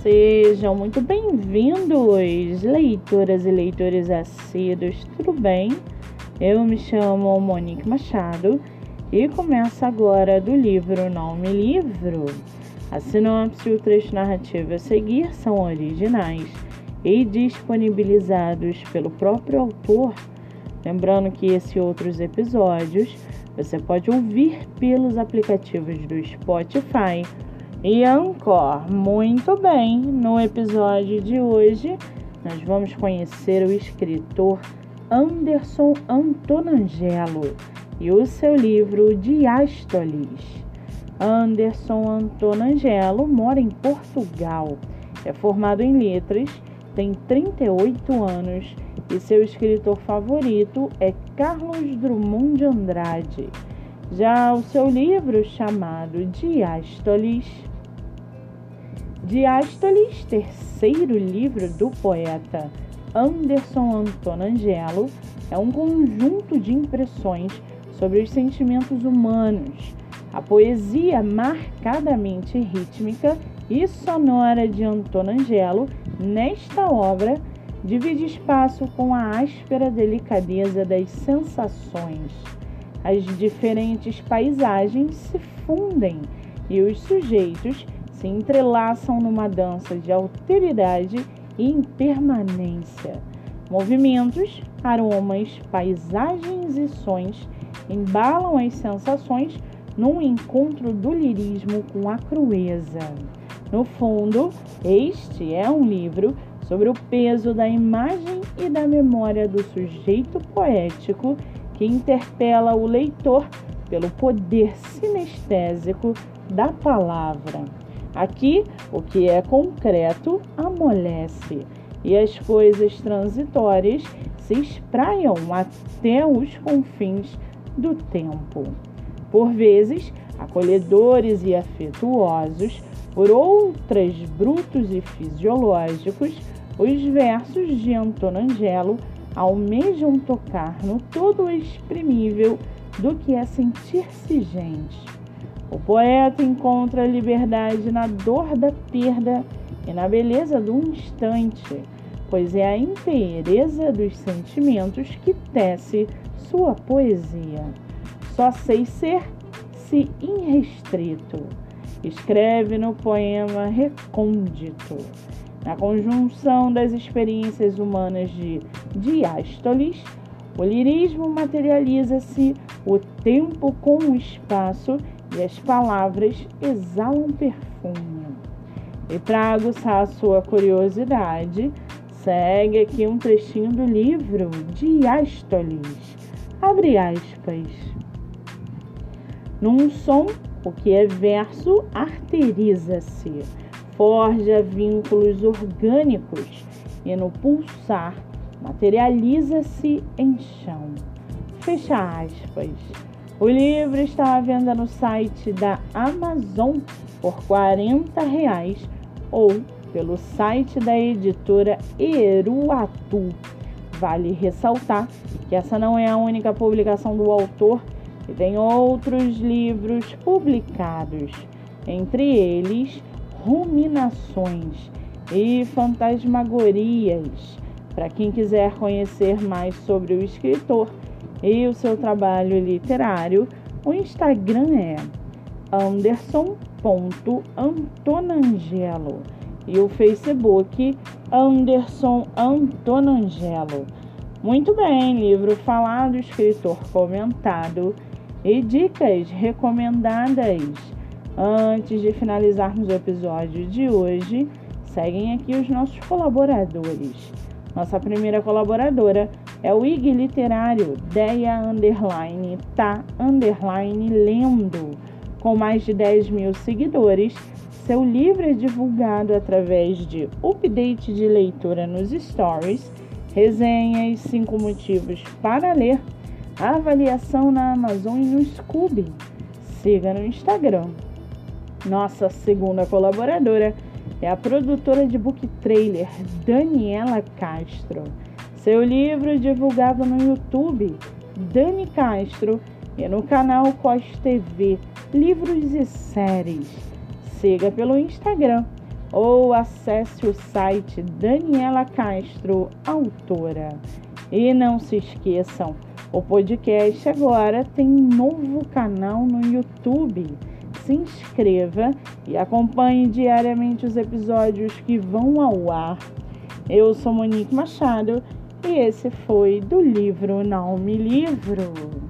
Sejam muito bem-vindos, leitoras e leitores assíduos, tudo bem? Eu me chamo Monique Machado e começo agora do livro Não Me Livro. A sinopse e o trecho narrativo a seguir são originais e disponibilizados pelo próprio autor. Lembrando que esses outros episódios você pode ouvir pelos aplicativos do Spotify e Anchor. Muito bem, no episódio de hoje nós vamos conhecer o escritor Anderson Antonangelo e o seu livro Diástolis. Anderson Antonangelo mora em Portugal, é formado em letras, tem 38 anos e seu escritor favorito é Carlos Drummond de Andrade. Já o seu livro chamado Diástolis, terceiro livro do poeta Anderson Antonangelo, é um conjunto de impressões sobre os sentimentos humanos. A poesia marcadamente rítmica e sonora de Antonangelo, nesta obra, divide espaço com a áspera delicadeza das sensações. As diferentes paisagens se fundem e os sujeitos se entrelaçam numa dança de alteridade e impermanência. Movimentos, aromas, paisagens e sons embalam as sensações num encontro do lirismo com a crueza. No fundo, este é um livro sobre o peso da imagem e da memória do sujeito poético que interpela o leitor pelo poder sinestésico da palavra. Aqui, o que é concreto amolece e as coisas transitórias se espraiam até os confins do tempo. Por vezes, acolhedores e afetuosos, por outras brutos e fisiológicos, os versos de Antonangelo almejam tocar no todo exprimível do que é sentir-se gente. O poeta encontra liberdade na dor da perda e na beleza do instante, pois é a inteireza dos sentimentos que tece sua poesia. Só sei ser-se irrestrito. Escreve no poema recôndito. Na conjunção das experiências humanas de Diástolis, o lirismo materializa-se o tempo com o espaço e as palavras exalam perfume. E trago a sua curiosidade, segue aqui um trechinho do livro Diástolis. Abre aspas. Num som, o que é verso arteriza-se, forja vínculos orgânicos e no pulsar materializa-se em chão. Fecha aspas. O livro está à venda no site da Amazon por R$40 ou pelo site da editora Eruatu. Vale ressaltar que essa não é a única publicação do autor e tem outros livros publicados, entre eles Ruminações e Fantasmagorias. Para quem quiser conhecer mais sobre o escritor e o seu trabalho literário, o Instagram é anderson.antonangelo e o Facebook Anderson Antonangelo. Muito bem, livro falado, escritor comentado e dicas recomendadas. Antes de finalizarmos o episódio de hoje, seguem aqui os nossos colaboradores. Nossa primeira colaboradora é o IG Literário Deia_tá_lendo. Com mais de 10 mil seguidores, seu livro é divulgado através de update de leitura nos stories, resenhas, 5 motivos para ler, avaliação na Amazon e no Scooby. Siga no Instagram. Nossa segunda colaboradora é a produtora de book trailer Daniela Castro. Seu livro é divulgado no YouTube Dani Castro e no canal COS TV Livros e Séries. Siga pelo Instagram ou acesse o site Daniela Castro, autora. E não se esqueçam, o podcast agora tem um novo canal no YouTube. Se inscreva e acompanhe diariamente os episódios que vão ao ar. Eu sou Monique Machado e esse foi do livro Não Me Livro.